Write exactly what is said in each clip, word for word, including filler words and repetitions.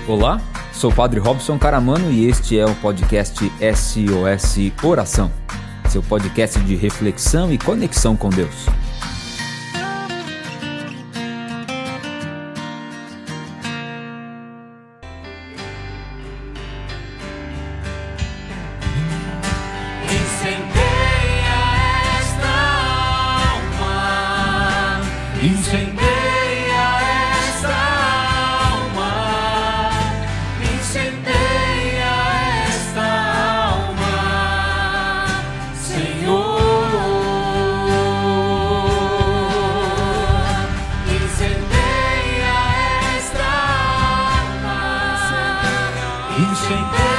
Olá, sou o Padre Robson Caramano e este é o podcast S O S Oração, seu podcast de reflexão e conexão com Deus. Incendeia esta alma, incendeia esta alma, incendeia esta alma, Senhor. Incendeia esta alma, incendeia.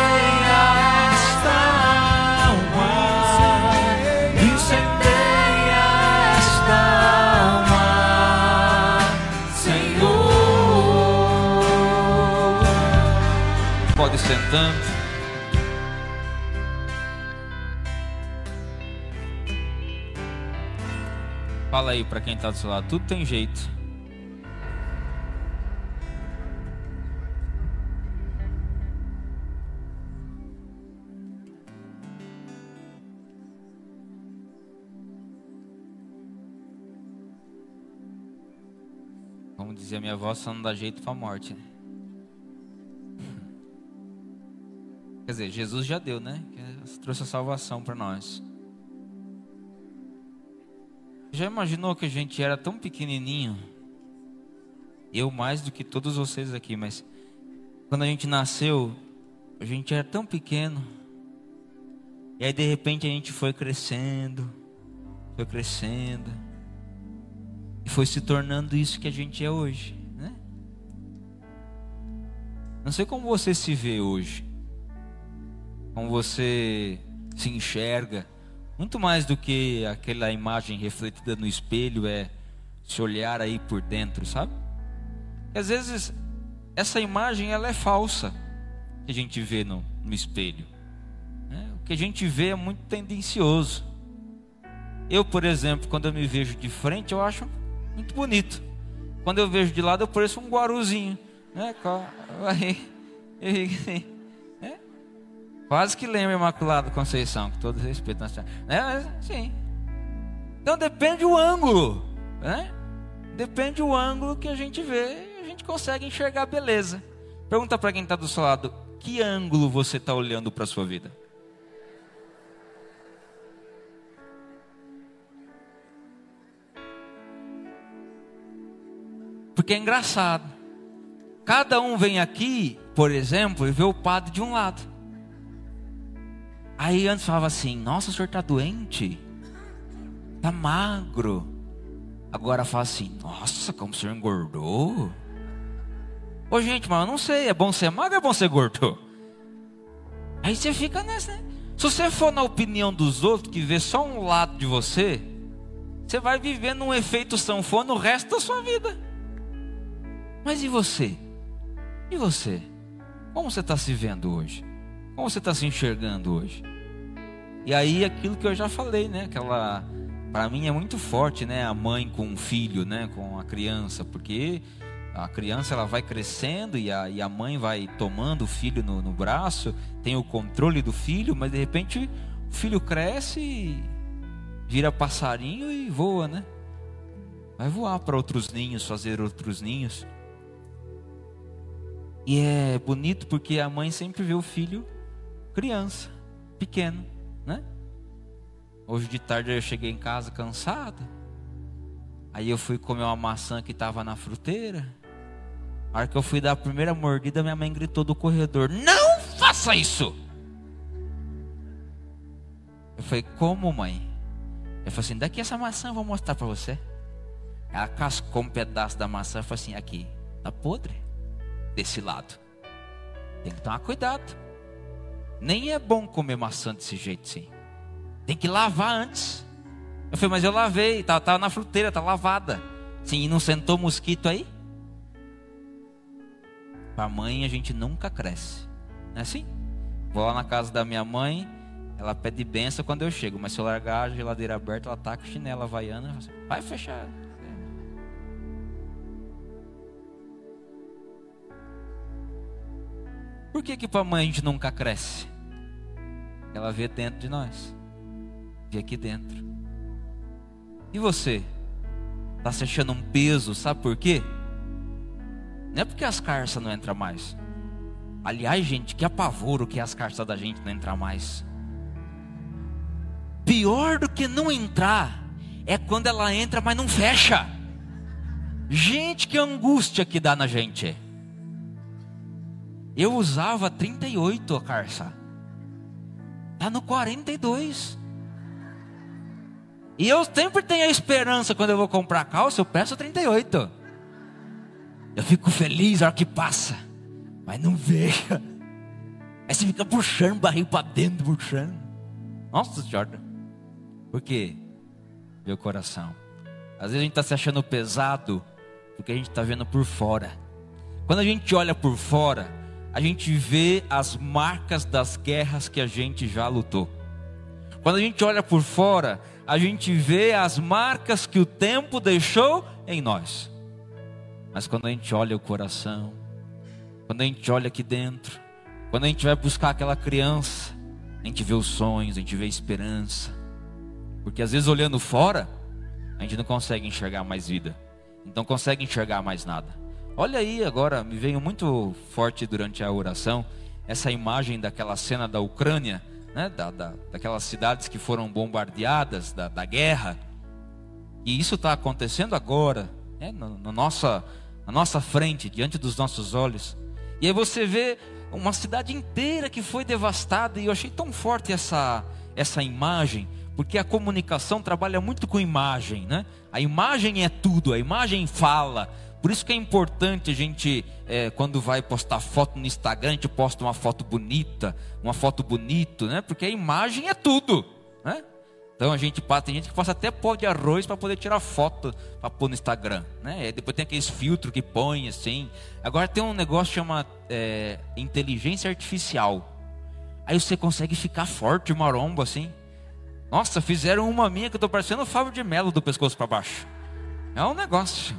Pode ir sentando. Fala aí para quem está do seu lado, tudo tem jeito. Como dizia minha avó, só não dá jeito para a morte, né? Quer dizer, Jesus já deu, né? Que trouxe a salvação para nós. Já imaginou que a gente era tão pequenininho? Eu mais do que todos vocês aqui, mas quando a gente nasceu, a gente era tão pequeno. E aí de repente a gente foi crescendo, foi crescendo. E foi se tornando isso que a gente é hoje, né? Não sei como você se vê hoje. Como você se enxerga, muito mais do que aquela imagem refletida no espelho, é se olhar aí por dentro, sabe? E às vezes essa imagem ela é falsa, que a gente vê no, no espelho, né? O que a gente vê é muito tendencioso. Eu, por exemplo, quando eu me vejo de frente, eu acho muito bonito. Quando eu vejo de lado, eu pareço um guaruzinho, né? Aí, aí, quase que lembra Imaculada Conceição, com todo respeito, né? Mas, sim. Então depende do ângulo, né? Depende do ângulo que a gente vê, a gente consegue enxergar beleza. Pergunta para quem está do seu lado, que ângulo você está olhando para a sua vida? Porque é engraçado. Cada um vem aqui, por exemplo, e vê o padre de um lado. Aí antes falava assim, nossa, o senhor está doente? Está magro. Agora fala assim, nossa, como o senhor engordou. Ô gente, mas eu não sei, é bom ser magro ou é bom ser gordo? Aí você fica nessa, né? Se você for na opinião dos outros, que vê só um lado de você, você vai vivendo um efeito sanfona o resto da sua vida. Mas e você? E você? Como você está se vendo hoje? Como você está se enxergando hoje? E aí aquilo que eu já falei, né? Aquela, para mim é muito forte, né? A mãe com o filho, né? Com a criança, porque a criança ela vai crescendo e a, e a mãe vai tomando o filho no, no braço, tem o controle do filho, mas de repente o filho cresce e vira passarinho e voa, né? Vai voar para outros ninhos, fazer outros ninhos. E é bonito porque a mãe sempre vê o filho criança, pequeno, né? Hoje de tarde eu cheguei em casa cansado. Aí eu fui comer uma maçã que estava na fruteira. Na hora que eu fui dar a primeira mordida, minha mãe gritou do corredor, não faça isso! Eu falei, como, mãe? Eu falei assim, daqui essa maçã eu vou mostrar para você. Ela cascou um pedaço da maçã e falou assim, aqui, tá podre desse lado. Tem que tomar cuidado. Nem é bom comer maçã desse jeito, sim. Tem que lavar antes. Eu falei, mas eu lavei, tava, tava na fruteira, tá lavada. Sim, e não sentou mosquito aí? Pra mãe a gente nunca cresce. Não é assim? Vou lá na casa da minha mãe, ela pede benção quando eu chego. Mas se eu largar a geladeira aberta, ela taca chinela havaiana. Vai fechar. Por que que para a mãe a gente nunca cresce? Ela vê dentro de nós, vê aqui dentro. E você? Está se achando um peso, sabe por quê? Não é porque as carças não entram mais. Aliás, gente, que apavoro que as carças da gente não entram mais. Pior do que não entrar é quando ela entra, mas não fecha. Gente, que angústia que dá na gente. Eu usava trinta e oito a carça. Está no quarenta e dois. E eu sempre tenho a esperança, quando eu vou comprar calça, eu peço trinta e oito. Eu fico feliz na hora que passa, mas não veja. Aí você fica puxando o barril para dentro, puxando. Nossa Senhora. Por quê? Meu coração. Às vezes a gente está se achando pesado, porque a gente está vendo por fora. Quando a gente olha por fora, a gente vê as marcas das guerras que a gente já lutou. Quando a gente olha por fora, a gente vê as marcas que o tempo deixou em nós. Mas quando a gente olha o coração, quando a gente olha aqui dentro, quando a gente vai buscar aquela criança, a gente vê os sonhos, a gente vê a esperança. Porque às vezes olhando fora, a gente não consegue enxergar mais vida, não consegue enxergar mais nada. Olha aí agora, me veio muito forte durante a oração, essa imagem daquela cena da Ucrânia, né, da, da, daquelas cidades que foram bombardeadas, da, da guerra. E isso está acontecendo agora, né, na, na, nossa, na nossa frente, diante dos nossos olhos. E aí você vê uma cidade inteira que foi devastada. E eu achei tão forte essa, essa imagem, porque a comunicação trabalha muito com imagem, né? A imagem é tudo, a imagem fala. Por isso que é importante a gente, é, quando vai postar foto no Instagram, a gente posta uma foto bonita, uma foto bonito, né? Porque a imagem é tudo, né? Então a gente passa, tem gente que passa até pó de arroz para poder tirar foto para pôr no Instagram, né? E depois tem aqueles filtros que põe assim. Agora tem um negócio que chama é, inteligência artificial. Aí você consegue ficar forte, maromba assim. Nossa, fizeram uma minha que eu tô parecendo o Fábio de Melo do pescoço para baixo. É um negócio.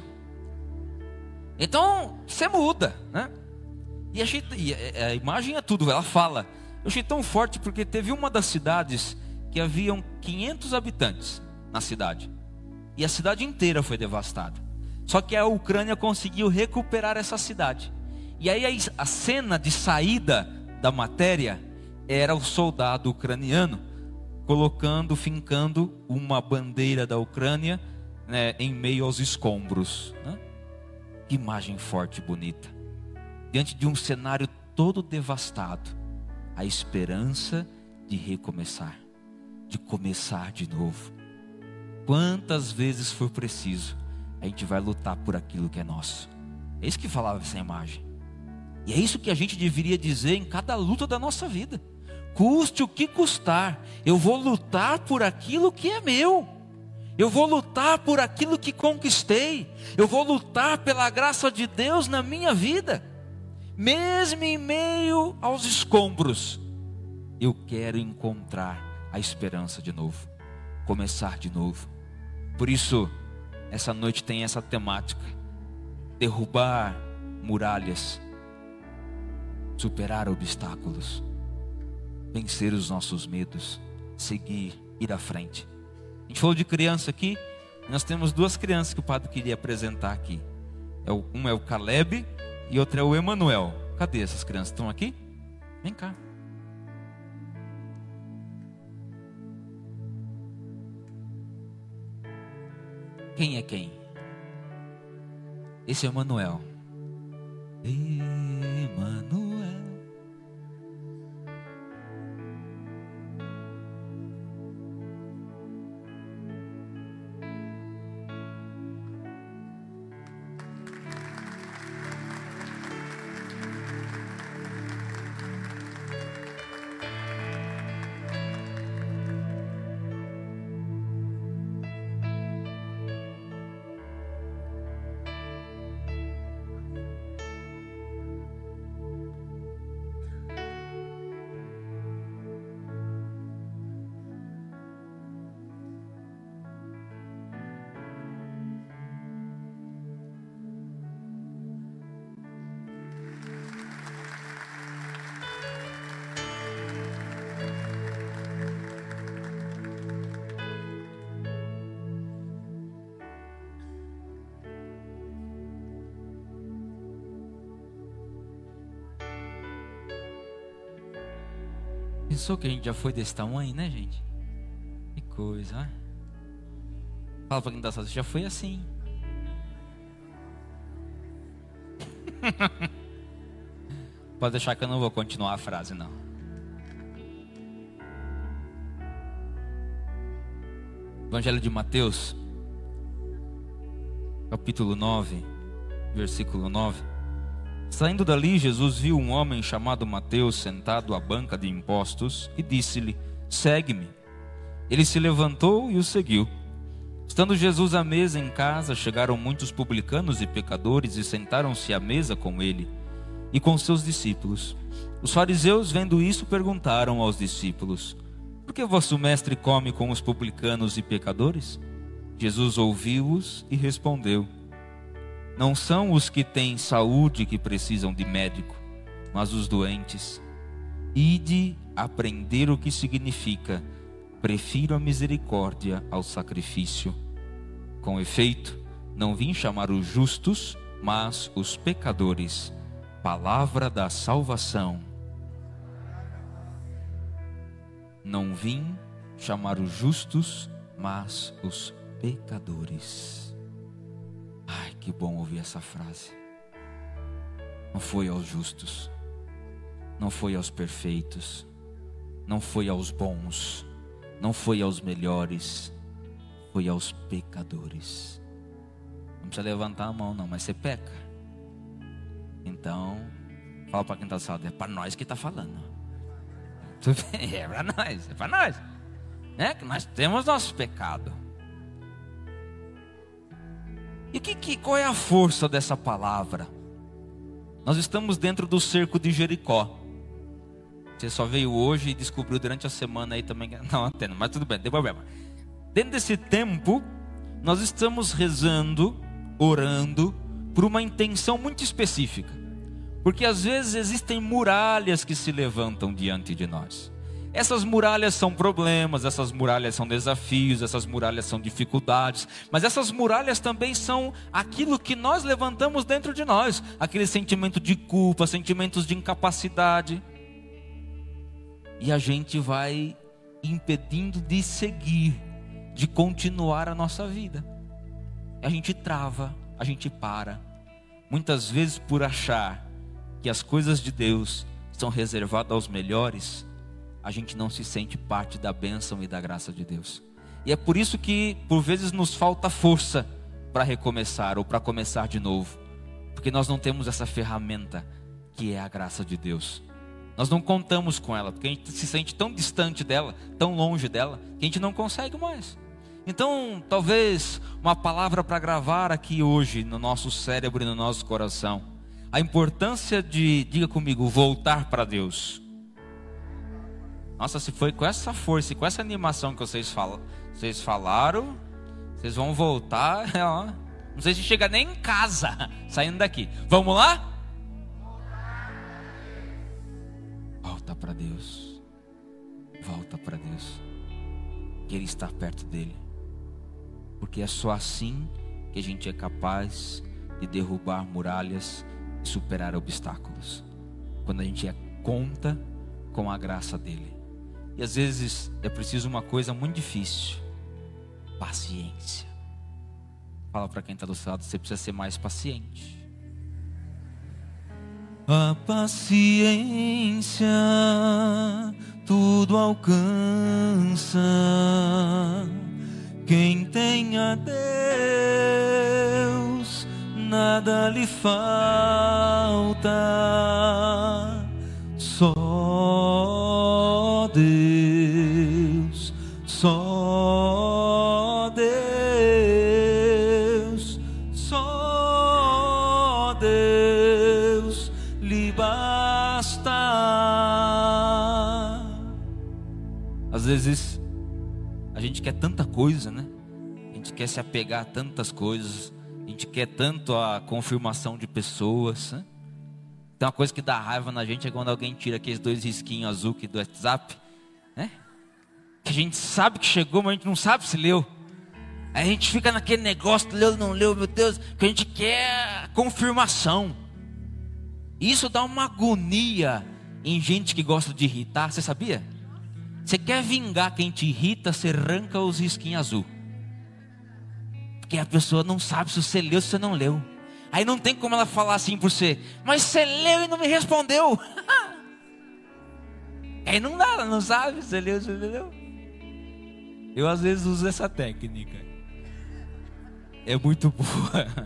Então você muda, né? E, achei, e a imagem é tudo, ela fala. Eu achei tão forte porque teve uma das cidades que haviam quinhentos habitantes na cidade. E a cidade inteira foi devastada. Só que a Ucrânia conseguiu recuperar essa cidade. E aí a cena de saída da matéria era o soldado ucraniano colocando, fincando uma bandeira da Ucrânia, né, em meio aos escombros, né? Que imagem forte e bonita. Diante de um cenário todo devastado, a esperança de recomeçar, de começar de novo. Quantas vezes for preciso, a gente vai lutar por aquilo que é nosso. É isso que falava essa imagem. E é isso que a gente deveria dizer em cada luta da nossa vida. Custe o que custar, eu vou lutar por aquilo que é meu. Eu vou lutar por aquilo que conquistei. Eu vou lutar pela graça de Deus na minha vida. Mesmo em meio aos escombros, eu quero encontrar a esperança de novo, começar de novo. Por isso, essa noite tem essa temática: derrubar muralhas, superar obstáculos, vencer os nossos medos, seguir, ir à frente. A gente falou de criança aqui. Nós temos duas crianças que o padre queria apresentar aqui. Um é o Caleb e outro é o Emanuel. Cadê essas crianças? Estão aqui? Vem cá. Quem é quem? Esse é o Emanuel. Emanuel. Pensou que a gente já foi desse tamanho, né, gente? Que coisa, né? Fala pra quem tá só, você já foi assim. Pode deixar que eu não vou continuar a frase, não. Evangelho de Mateus, capítulo nove, versículo nove. Saindo dali, Jesus viu um homem chamado Mateus sentado à banca de impostos e disse-lhe: segue-me. Ele se levantou e o seguiu. Estando Jesus à mesa em casa, chegaram muitos publicanos e pecadores e sentaram-se à mesa com ele e com seus discípulos. Os fariseus, vendo isso, perguntaram aos discípulos: por que vosso mestre come com os publicanos e pecadores? Jesus ouviu-os e respondeu: não são os que têm saúde que precisam de médico, mas os doentes. Ide aprender o que significa: prefiro a misericórdia ao sacrifício. Com efeito, não vim chamar os justos, mas os pecadores. Palavra da salvação. Não vim chamar os justos, mas os pecadores. Ai, que bom ouvir essa frase. Não foi aos justos, não foi aos perfeitos, não foi aos bons, não foi aos melhores, foi aos pecadores. Não precisa levantar a mão não, mas você peca. Então, fala para quem está salvo, é para nós que está falando. É para nós, é para nós. É que nós temos nosso pecado. E que, que, qual é a força dessa palavra? Nós estamos dentro do cerco de Jericó. Você só veio hoje e descobriu durante a semana aí também. Não, antena, mas tudo bem, não tem problema. Dentro desse tempo, nós estamos rezando, orando, por uma intenção muito específica. Porque às vezes existem muralhas que se levantam diante de nós. Essas muralhas são problemas, essas muralhas são desafios, essas muralhas são dificuldades. Mas essas muralhas também são aquilo que nós levantamos dentro de nós. Aquele sentimento de culpa, sentimentos de incapacidade. E a gente vai impedindo de seguir, de continuar a nossa vida. A gente trava, a gente para. Muitas vezes por achar que as coisas de Deus são reservadas aos melhores, a gente não se sente parte da bênção e da graça de Deus. E é por isso que por vezes nos falta força para recomeçar ou para começar de novo. Porque nós não temos essa ferramenta que é a graça de Deus. Nós não contamos com ela, porque a gente se sente tão distante dela, tão longe dela, que a gente não consegue mais. Então, talvez uma palavra para gravar aqui hoje no nosso cérebro e no nosso coração. A importância de, diga comigo, voltar para Deus. Nossa, se foi com essa força e com essa animação que vocês, falam, vocês falaram, vocês vão voltar, ó, não sei se chega nem em casa, saindo daqui. Vamos lá? Volta para Deus. Volta para Deus. Que Ele está perto dele. Porque é só assim que a gente é capaz de derrubar muralhas e superar obstáculos. Quando a gente é conta com a graça dele. E às vezes é preciso uma coisa muito difícil: paciência. Fala para quem está do seu lado, você precisa ser mais paciente. A paciência tudo alcança. Quem tem a Deus, nada lhe falta. Só Deus, só Deus, só Deus lhe basta. Às vezes a gente quer tanta coisa, né? A gente quer se apegar a tantas coisas. A gente quer tanto a confirmação de pessoas, né? Tem uma coisa que dá raiva na gente é quando alguém tira aqueles dois risquinhos azul aqui do WhatsApp, né? Que a gente sabe que chegou, mas a gente não sabe se leu. Aí a gente fica naquele negócio, leu, não leu, meu Deus, que a gente quer confirmação. Isso dá uma agonia em gente que gosta de irritar, você sabia? Você quer vingar quem te irrita, você arranca os risquinhos azul. Porque a pessoa não sabe se você leu ou se você não leu. Aí não tem como ela falar assim por você: mas você leu e não me respondeu. Aí não dá, ela não sabe se você leu ou se você não leu. Eu às vezes uso essa técnica. É muito boa.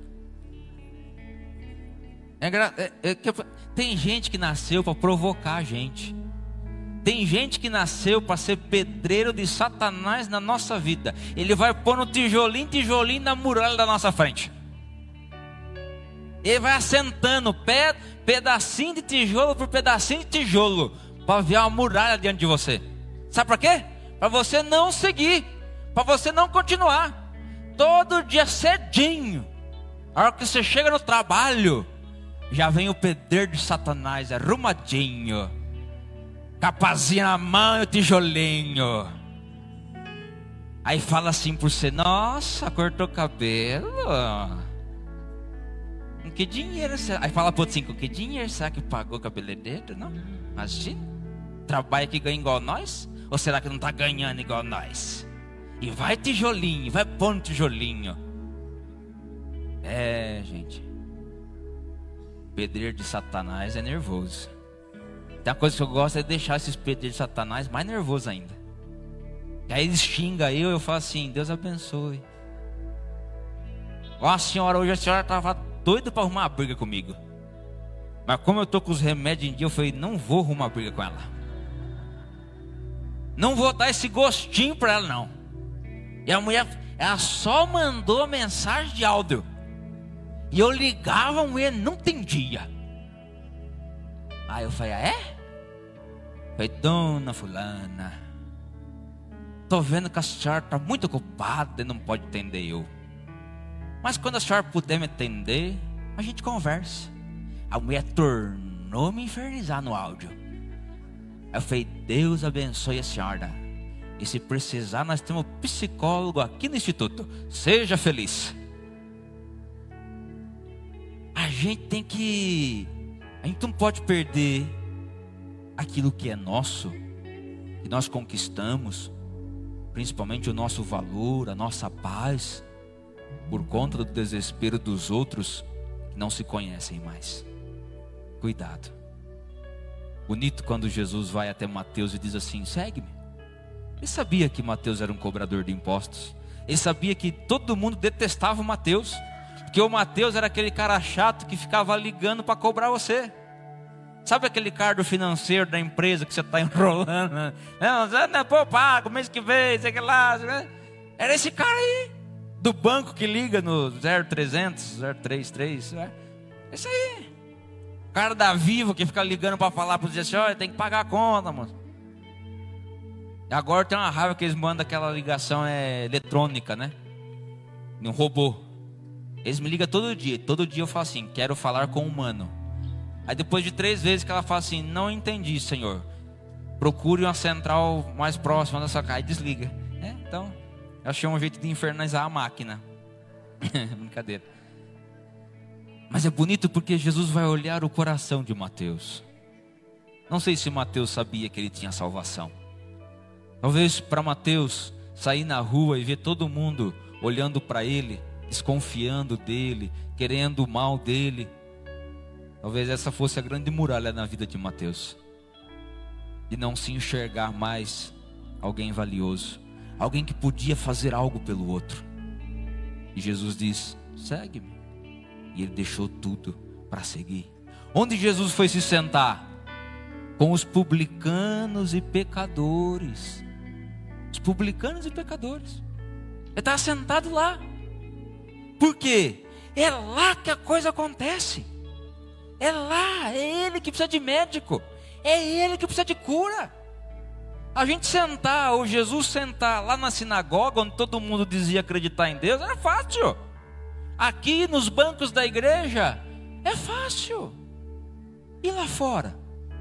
É, é, é, tem gente que nasceu para provocar a gente. Tem gente que nasceu para ser pedreiro de Satanás na nossa vida. Ele vai pôr no tijolinho, tijolinho na muralha da nossa frente. Ele vai assentando pé, pedacinho de tijolo por pedacinho de tijolo, para ver uma muralha diante de você. Sabe para quê? Para você não seguir, para você não continuar. Todo dia cedinho, a hora que você chega no trabalho, já vem o pedreiro de Satanás arrumadinho, capazinho na mão e o tijolinho. Aí fala assim por você: nossa, cortou cabelo. Com que dinheiro você... Aí fala pro outro assim: com que dinheiro será que pagou cabeleireiro? Não, imagina. Trabalha que ganha igual nós? Ou será que não está ganhando igual nós? E vai tijolinho, vai pôr no tijolinho. É, gente, pedreiro de Satanás é nervoso. Tem uma coisa que eu gosto é deixar esses pedreiros de Satanás mais nervosos ainda. E aí eles xingam eu, eu falo assim: Deus abençoe. Ó, a senhora, hoje a senhora estava doida para arrumar uma briga comigo. Mas como eu estou com os remédios em dia, eu falei: não vou arrumar briga com ela. Não vou dar esse gostinho para ela, não. E a mulher, ela só mandou mensagem de áudio. E eu ligava, a mulher não entendia. Aí eu falei: ah, é? Falei: dona fulana, tô vendo que a senhora está muito ocupada e não pode atender eu. Mas quando a senhora puder me atender, a gente conversa. A mulher tornou me infernizar no áudio. Aí eu falei: Deus abençoe a senhora. E se precisar, nós temos um psicólogo aqui no instituto. Seja feliz. A gente tem que... A gente não pode perder aquilo que é nosso, que nós conquistamos, principalmente o nosso valor, a nossa paz, por conta do desespero dos outros que não se conhecem mais. Cuidado. Bonito quando Jesus vai até Mateus e diz assim: segue-me. Ele sabia que Mateus era um cobrador de impostos. Ele sabia que todo mundo detestava o Mateus, porque o Mateus era aquele cara chato que ficava ligando para cobrar você. Sabe aquele cargo financeiro da empresa que você está enrolando? Não, não, pô, pago, mês que vem, sei que lá. Era esse cara aí, do banco que liga no zero trezentos, zero trinta e três. É esse aí. O cara da Vivo que fica ligando para falar para os dias assim: olha, tem que pagar a conta, mano. Agora tem uma raiva que eles mandam aquela ligação é, eletrônica, né? Um robô. Eles me ligam todo dia. Todo dia eu falo assim: quero falar com um humano. Aí depois de três vezes que ela fala assim: não entendi, senhor, procure uma central mais próxima da sua casa. E desliga. É, então, eu achei um jeito de infernizar a máquina. Brincadeira. Mas é bonito porque Jesus vai olhar o coração de Mateus. Não sei se Mateus sabia que ele tinha salvação. Talvez para Mateus sair na rua e ver todo mundo olhando para ele, desconfiando dele, querendo o mal dele. Talvez essa fosse a grande muralha na vida de Mateus. De não se enxergar mais alguém valioso, alguém que podia fazer algo pelo outro. E Jesus diz: segue-me. E ele deixou tudo para seguir. Onde Jesus foi se sentar? Com os publicanos e pecadores. Os publicanos e pecadores. Ele estava sentado lá. Por quê? É lá que a coisa acontece. É lá, é ele que precisa de médico. É ele que precisa de cura. A gente sentar, ou Jesus sentar lá na sinagoga, onde todo mundo dizia acreditar em Deus, era fácil. Aqui nos bancos da igreja, é fácil. E lá fora?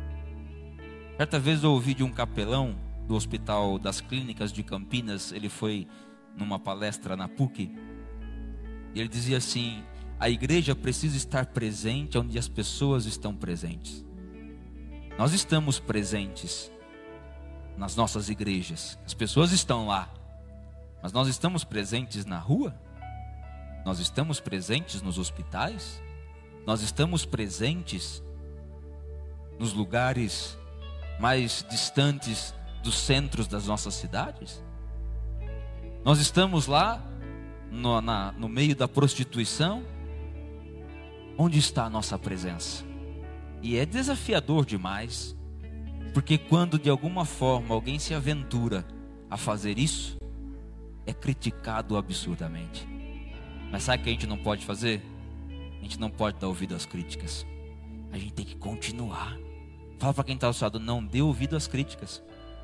Certa vez eu ouvi de um capelão do Hospital das Clínicas de Campinas. Ele foi numa palestra na P U C. E ele dizia assim: a igreja precisa estar presente onde as pessoas estão presentes. Nós estamos presentes nas nossas igrejas. As pessoas estão lá, mas nós estamos presentes na rua? Nós estamos presentes nos hospitais? Nós estamos presentes nos lugares mais distantes dos centros das nossas cidades? Nós estamos lá no, na, no meio da prostituição? Onde está a nossa presença? E é desafiador demais, porque quando de alguma forma alguém se aventura a fazer isso, é criticado absurdamente. Mas sabe o que a gente não pode fazer? A gente não pode dar ouvido às críticas. A gente tem que continuar. Fala para quem está ao seu lado, não dê ouvido às críticas.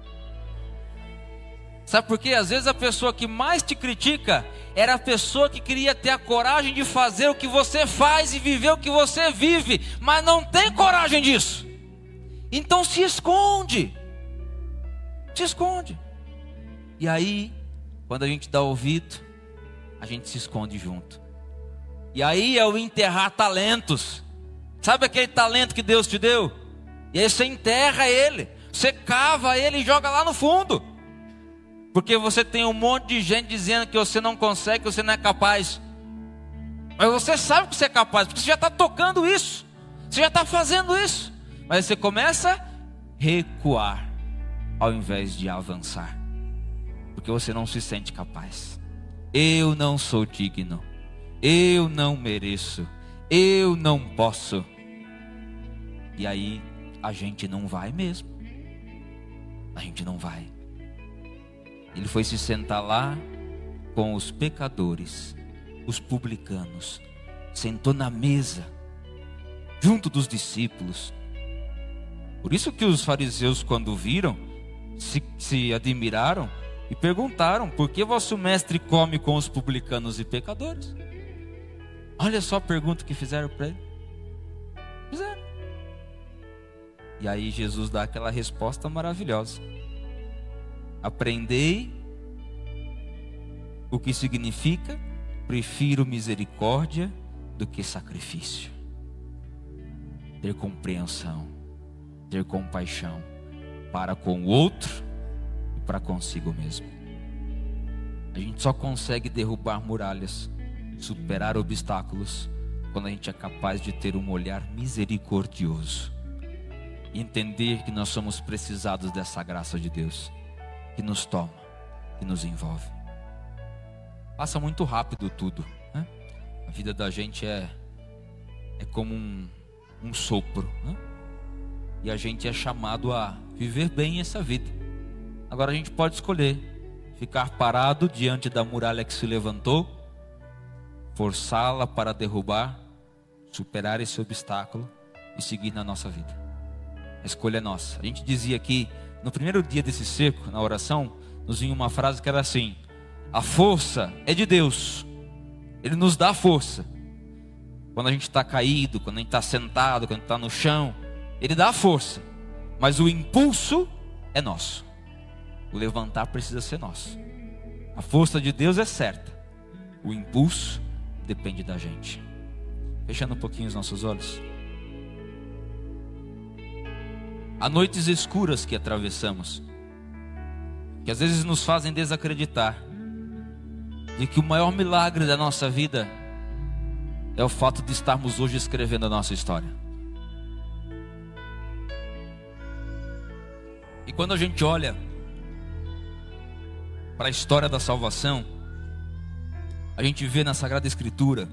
Sabe por quê? Às vezes a pessoa que mais te critica era a pessoa que queria ter a coragem de fazer o que você faz e viver o que você vive, mas não tem coragem disso. Então se esconde. Se esconde. E aí, quando a gente dá ouvido, a gente se esconde junto. E aí é o enterrar talentos. Sabe aquele talento que Deus te deu? E aí você enterra ele, você cava ele e joga lá no fundo. Porque você tem um monte de gente dizendo que você não consegue, que você não é capaz. Mas você sabe que você é capaz, porque você já está tocando isso. Você já está fazendo isso. Mas você começa a recuar, ao invés de avançar. Porque você não se sente capaz. Eu não sou digno. Eu não mereço. Eu não posso. E aí a gente não vai mesmo. A gente não vai. Ele foi se sentar lá com os pecadores, os publicanos. Sentou na mesa, junto dos discípulos. Por isso que os fariseus, quando viram, se, se admiraram e perguntaram: por que vosso mestre come com os publicanos e pecadores? Olha só a pergunta que fizeram para ele. Fizeram. E aí Jesus dá aquela resposta maravilhosa. Aprendei o que significa: prefiro misericórdia do que sacrifício. Ter compreensão, ter compaixão para com o outro e para consigo mesmo. A gente só consegue derrubar muralhas, superar obstáculos, quando a gente é capaz de ter um olhar misericordioso e entender que nós somos precisados dessa graça de Deus, que nos toma, que nos envolve. Passa muito rápido tudo, né? A vida da gente é, é como um, um sopro, né? E a gente é chamado a viver bem essa vida. Agora a gente pode escolher ficar parado diante da muralha que se levantou, forçá-la para derrubar, superar esse obstáculo e seguir na nossa vida. A escolha é nossa. A gente dizia aqui, no primeiro dia desse cerco, na oração, nos vinha uma frase que era assim: a força é de Deus. Ele nos dá força. Quando a gente está caído, quando a gente está sentado, quando a gente está no chão, Ele dá força. Mas o impulso é nosso. O levantar precisa ser nosso. A força de Deus é certa. O impulso depende da gente. Fechando um pouquinho os nossos olhos. Há noites escuras que atravessamos, que às vezes nos fazem desacreditar de que o maior milagre da nossa vida é o fato de estarmos hoje escrevendo a nossa história. E quando a gente olha para a história da salvação, a gente vê na Sagrada Escritura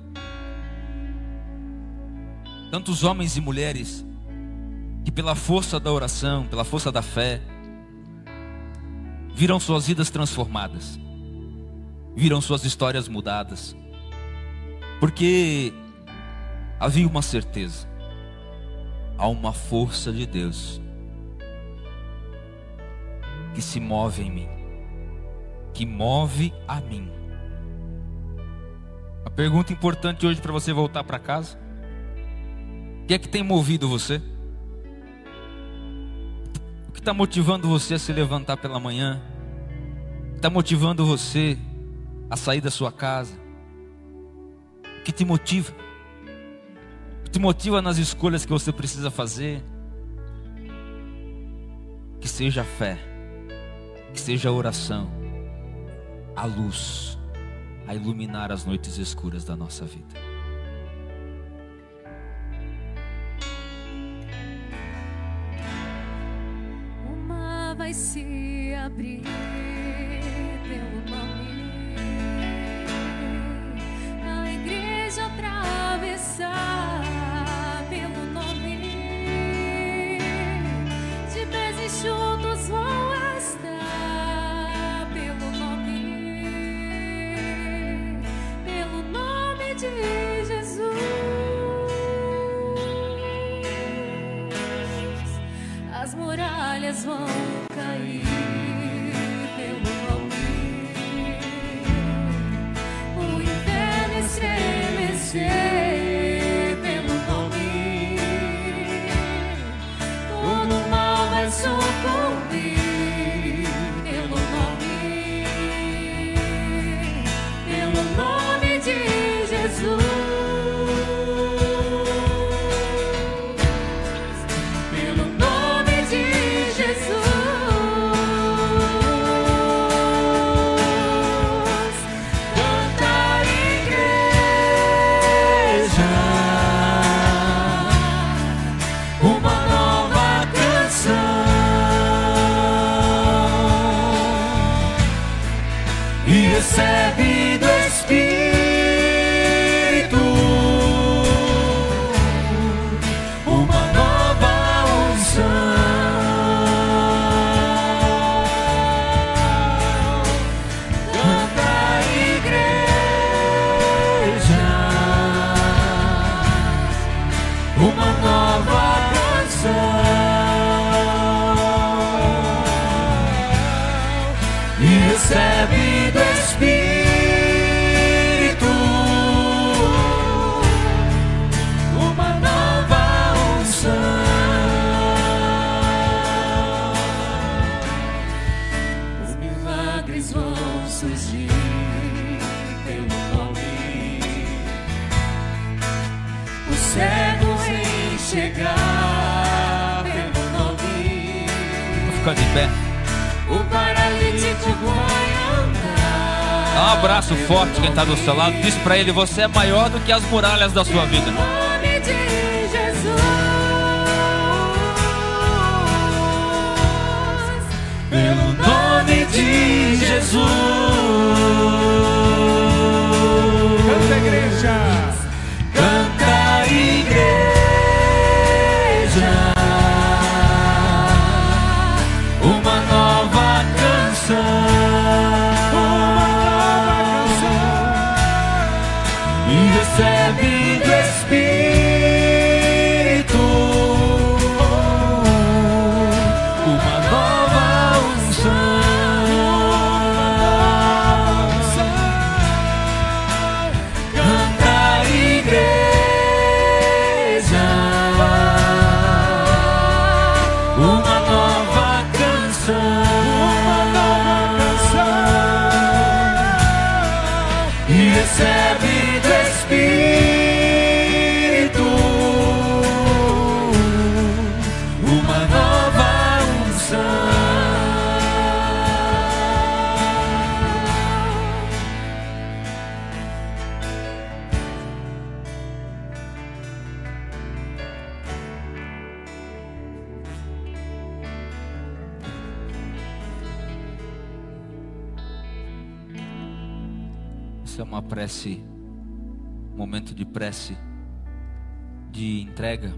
tantos homens e mulheres que pela força da oração, pela força da fé, viram suas vidas transformadas, viram suas histórias mudadas, porque havia uma certeza: há uma força de Deus que se move em mim, que move a mim. A pergunta importante hoje para você voltar para casa: o que é que tem movido você? O que está motivando você a se levantar pela manhã? O que está motivando você a sair da sua casa? O que te motiva? O que te motiva nas escolhas que você precisa fazer? Que seja a fé Que seja a oração, a luz, a iluminar as noites escuras da nossa vida. O mar vai se abrir pelo nome, a igreja atravessar pelo nome, de pés enxutos vão estar pelo nome, pelo nome de Jesus. As muralhas vão cair pelo nome, o inferno estremecer pelo nome, todo mal vai sucumbir pelo nome, pelo nome de Jesus. Recebe do Espírito uma nova unção. Canta a igreja uma nova canção. E recebe do Espírito uma nova unção. Os milagres vão surgir pelo nome, o cego enxergar pelo nome. Vou ficar de pé. O paralítico vai andar. Dá um abraço forte quem está do seu lado. Diz para ele: você é maior do que as muralhas da sua vida. Pelo nome de Jesus. Pelo nome de Jesus. Canta, igreja. Canta, igreja. Uma nova canção. E recebe do Espírito uma nova unção. Canta a igreja uma nova canção. E recebe do Espírito uma nova unção. Isso é uma prece, um momento de prece, de entrega.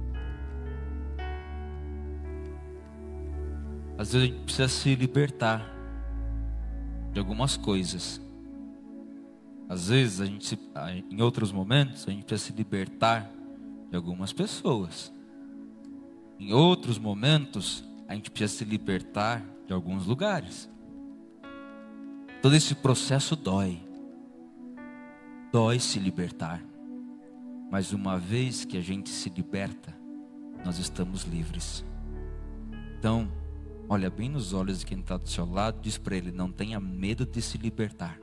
Às vezes a gente precisa se libertar de algumas coisas. Às vezes a gente, se, em outros momentos, a gente precisa se libertar de algumas pessoas. Em outros momentos, a gente precisa se libertar de alguns lugares. Todo esse processo dói. Dói se libertar. Mas uma vez que a gente se liberta, nós estamos livres. Então, olha bem nos olhos de quem está do seu lado, diz para ele: não tenha medo de se libertar.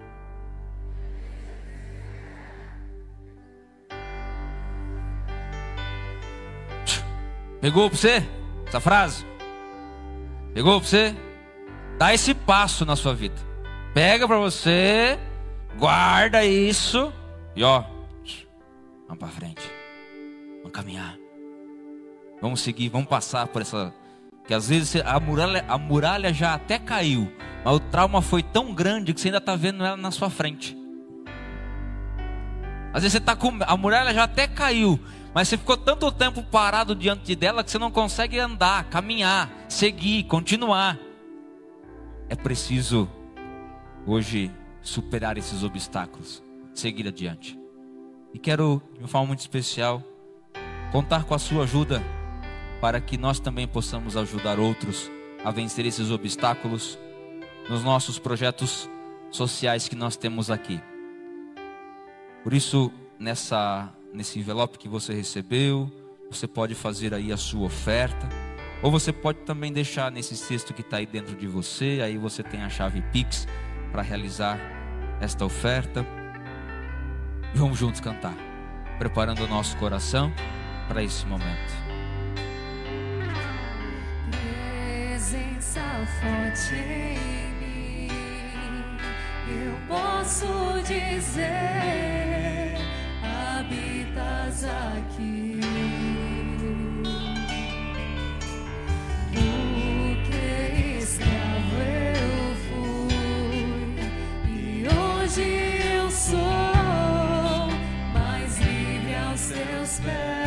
Pegou para você essa frase? Pegou para você? Dá esse passo na sua vida. Pega para você, guarda isso e ó, vamos para frente. Vamos caminhar. Vamos seguir, vamos passar por essa... Que às vezes a muralha, a muralha já até caiu, mas o trauma foi tão grande que você ainda está vendo ela na sua frente. Às vezes você está com... A muralha já até caiu, mas você ficou tanto tempo parado diante dela que você não consegue andar, caminhar, seguir, continuar. É preciso hoje superar esses obstáculos, seguir adiante. E quero, de uma forma muito especial, contar com a sua ajuda para que nós também possamos ajudar outros a vencer esses obstáculos nos nossos projetos sociais que nós temos aqui. Por isso, nessa, nesse envelope que você recebeu, você pode fazer aí a sua oferta, ou você pode também deixar nesse cesto que está aí dentro de você, aí você tem a chave Pix para realizar esta oferta. E vamos juntos cantar, preparando o nosso coração para esse momento. Presença forte em mim, eu posso dizer, habitas aqui. Porque escravo eu fui e hoje eu sou mais livre aos teus pés.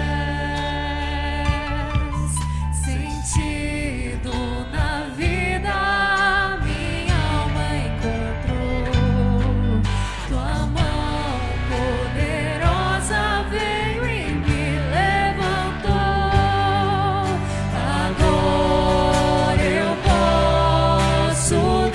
Sentido na vida, minha alma encontrou. Tua mão poderosa veio e me levantou. Agora eu posso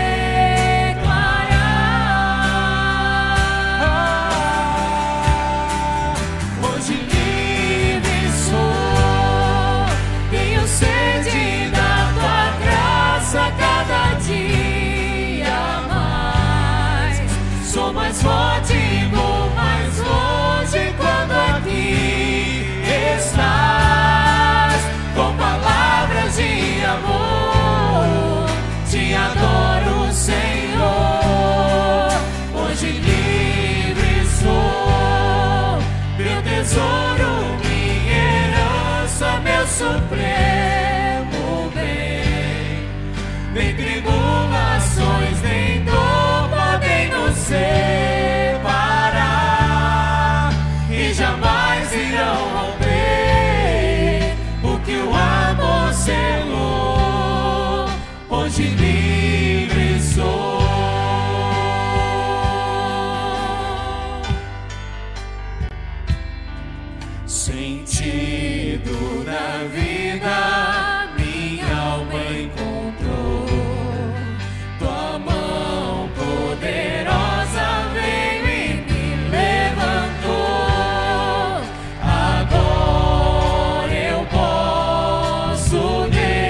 declarar: hoje livre sou, tenho sede da tua graça cada dia mais. Sou mais forte, vou mais longe quando aqui estás. Com palavras de amor, te adoro, Senhor. Hoje livre sou, meu tesouro, minha herança, meu supremo bem. Nem tribulações, nem dor podem nos separar, e jamais irão romper o que o amor selou. Hoje livre sou. Sentido na vida, minha alma encontrou. Tua mão poderosa veio e me levantou. Agora eu posso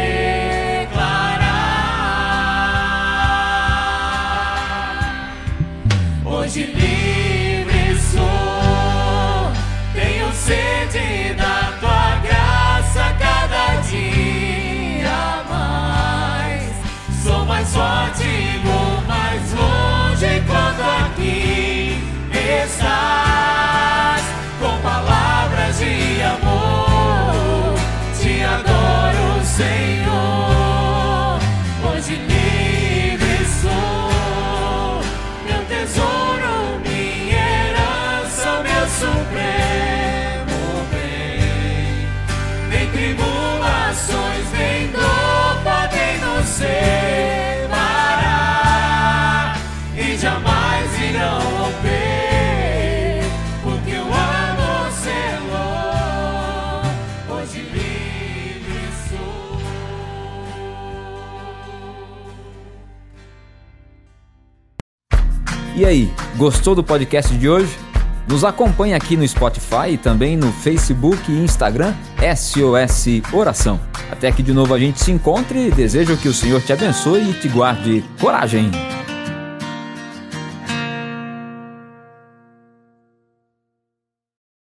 declarar: hoje livre sou, tenho sede da tua graça cada dia mais. Sou mais forte, vou mais longe quando aqui estás. Com palavras de amor, te adoro, Senhor. Hoje livre sou, meu tesouro, minha herança, meu supremo bem. Nem tribulações, nem dor podem nos separar, e jamais irão romper o que o amor selou. Hoje livre sou. E aí, gostou do podcast de hoje? Nos acompanhe aqui no Spotify e também no Facebook e Instagram S O S Oração. Até que de novo a gente se encontre e desejo que o Senhor te abençoe e te guarde coragem.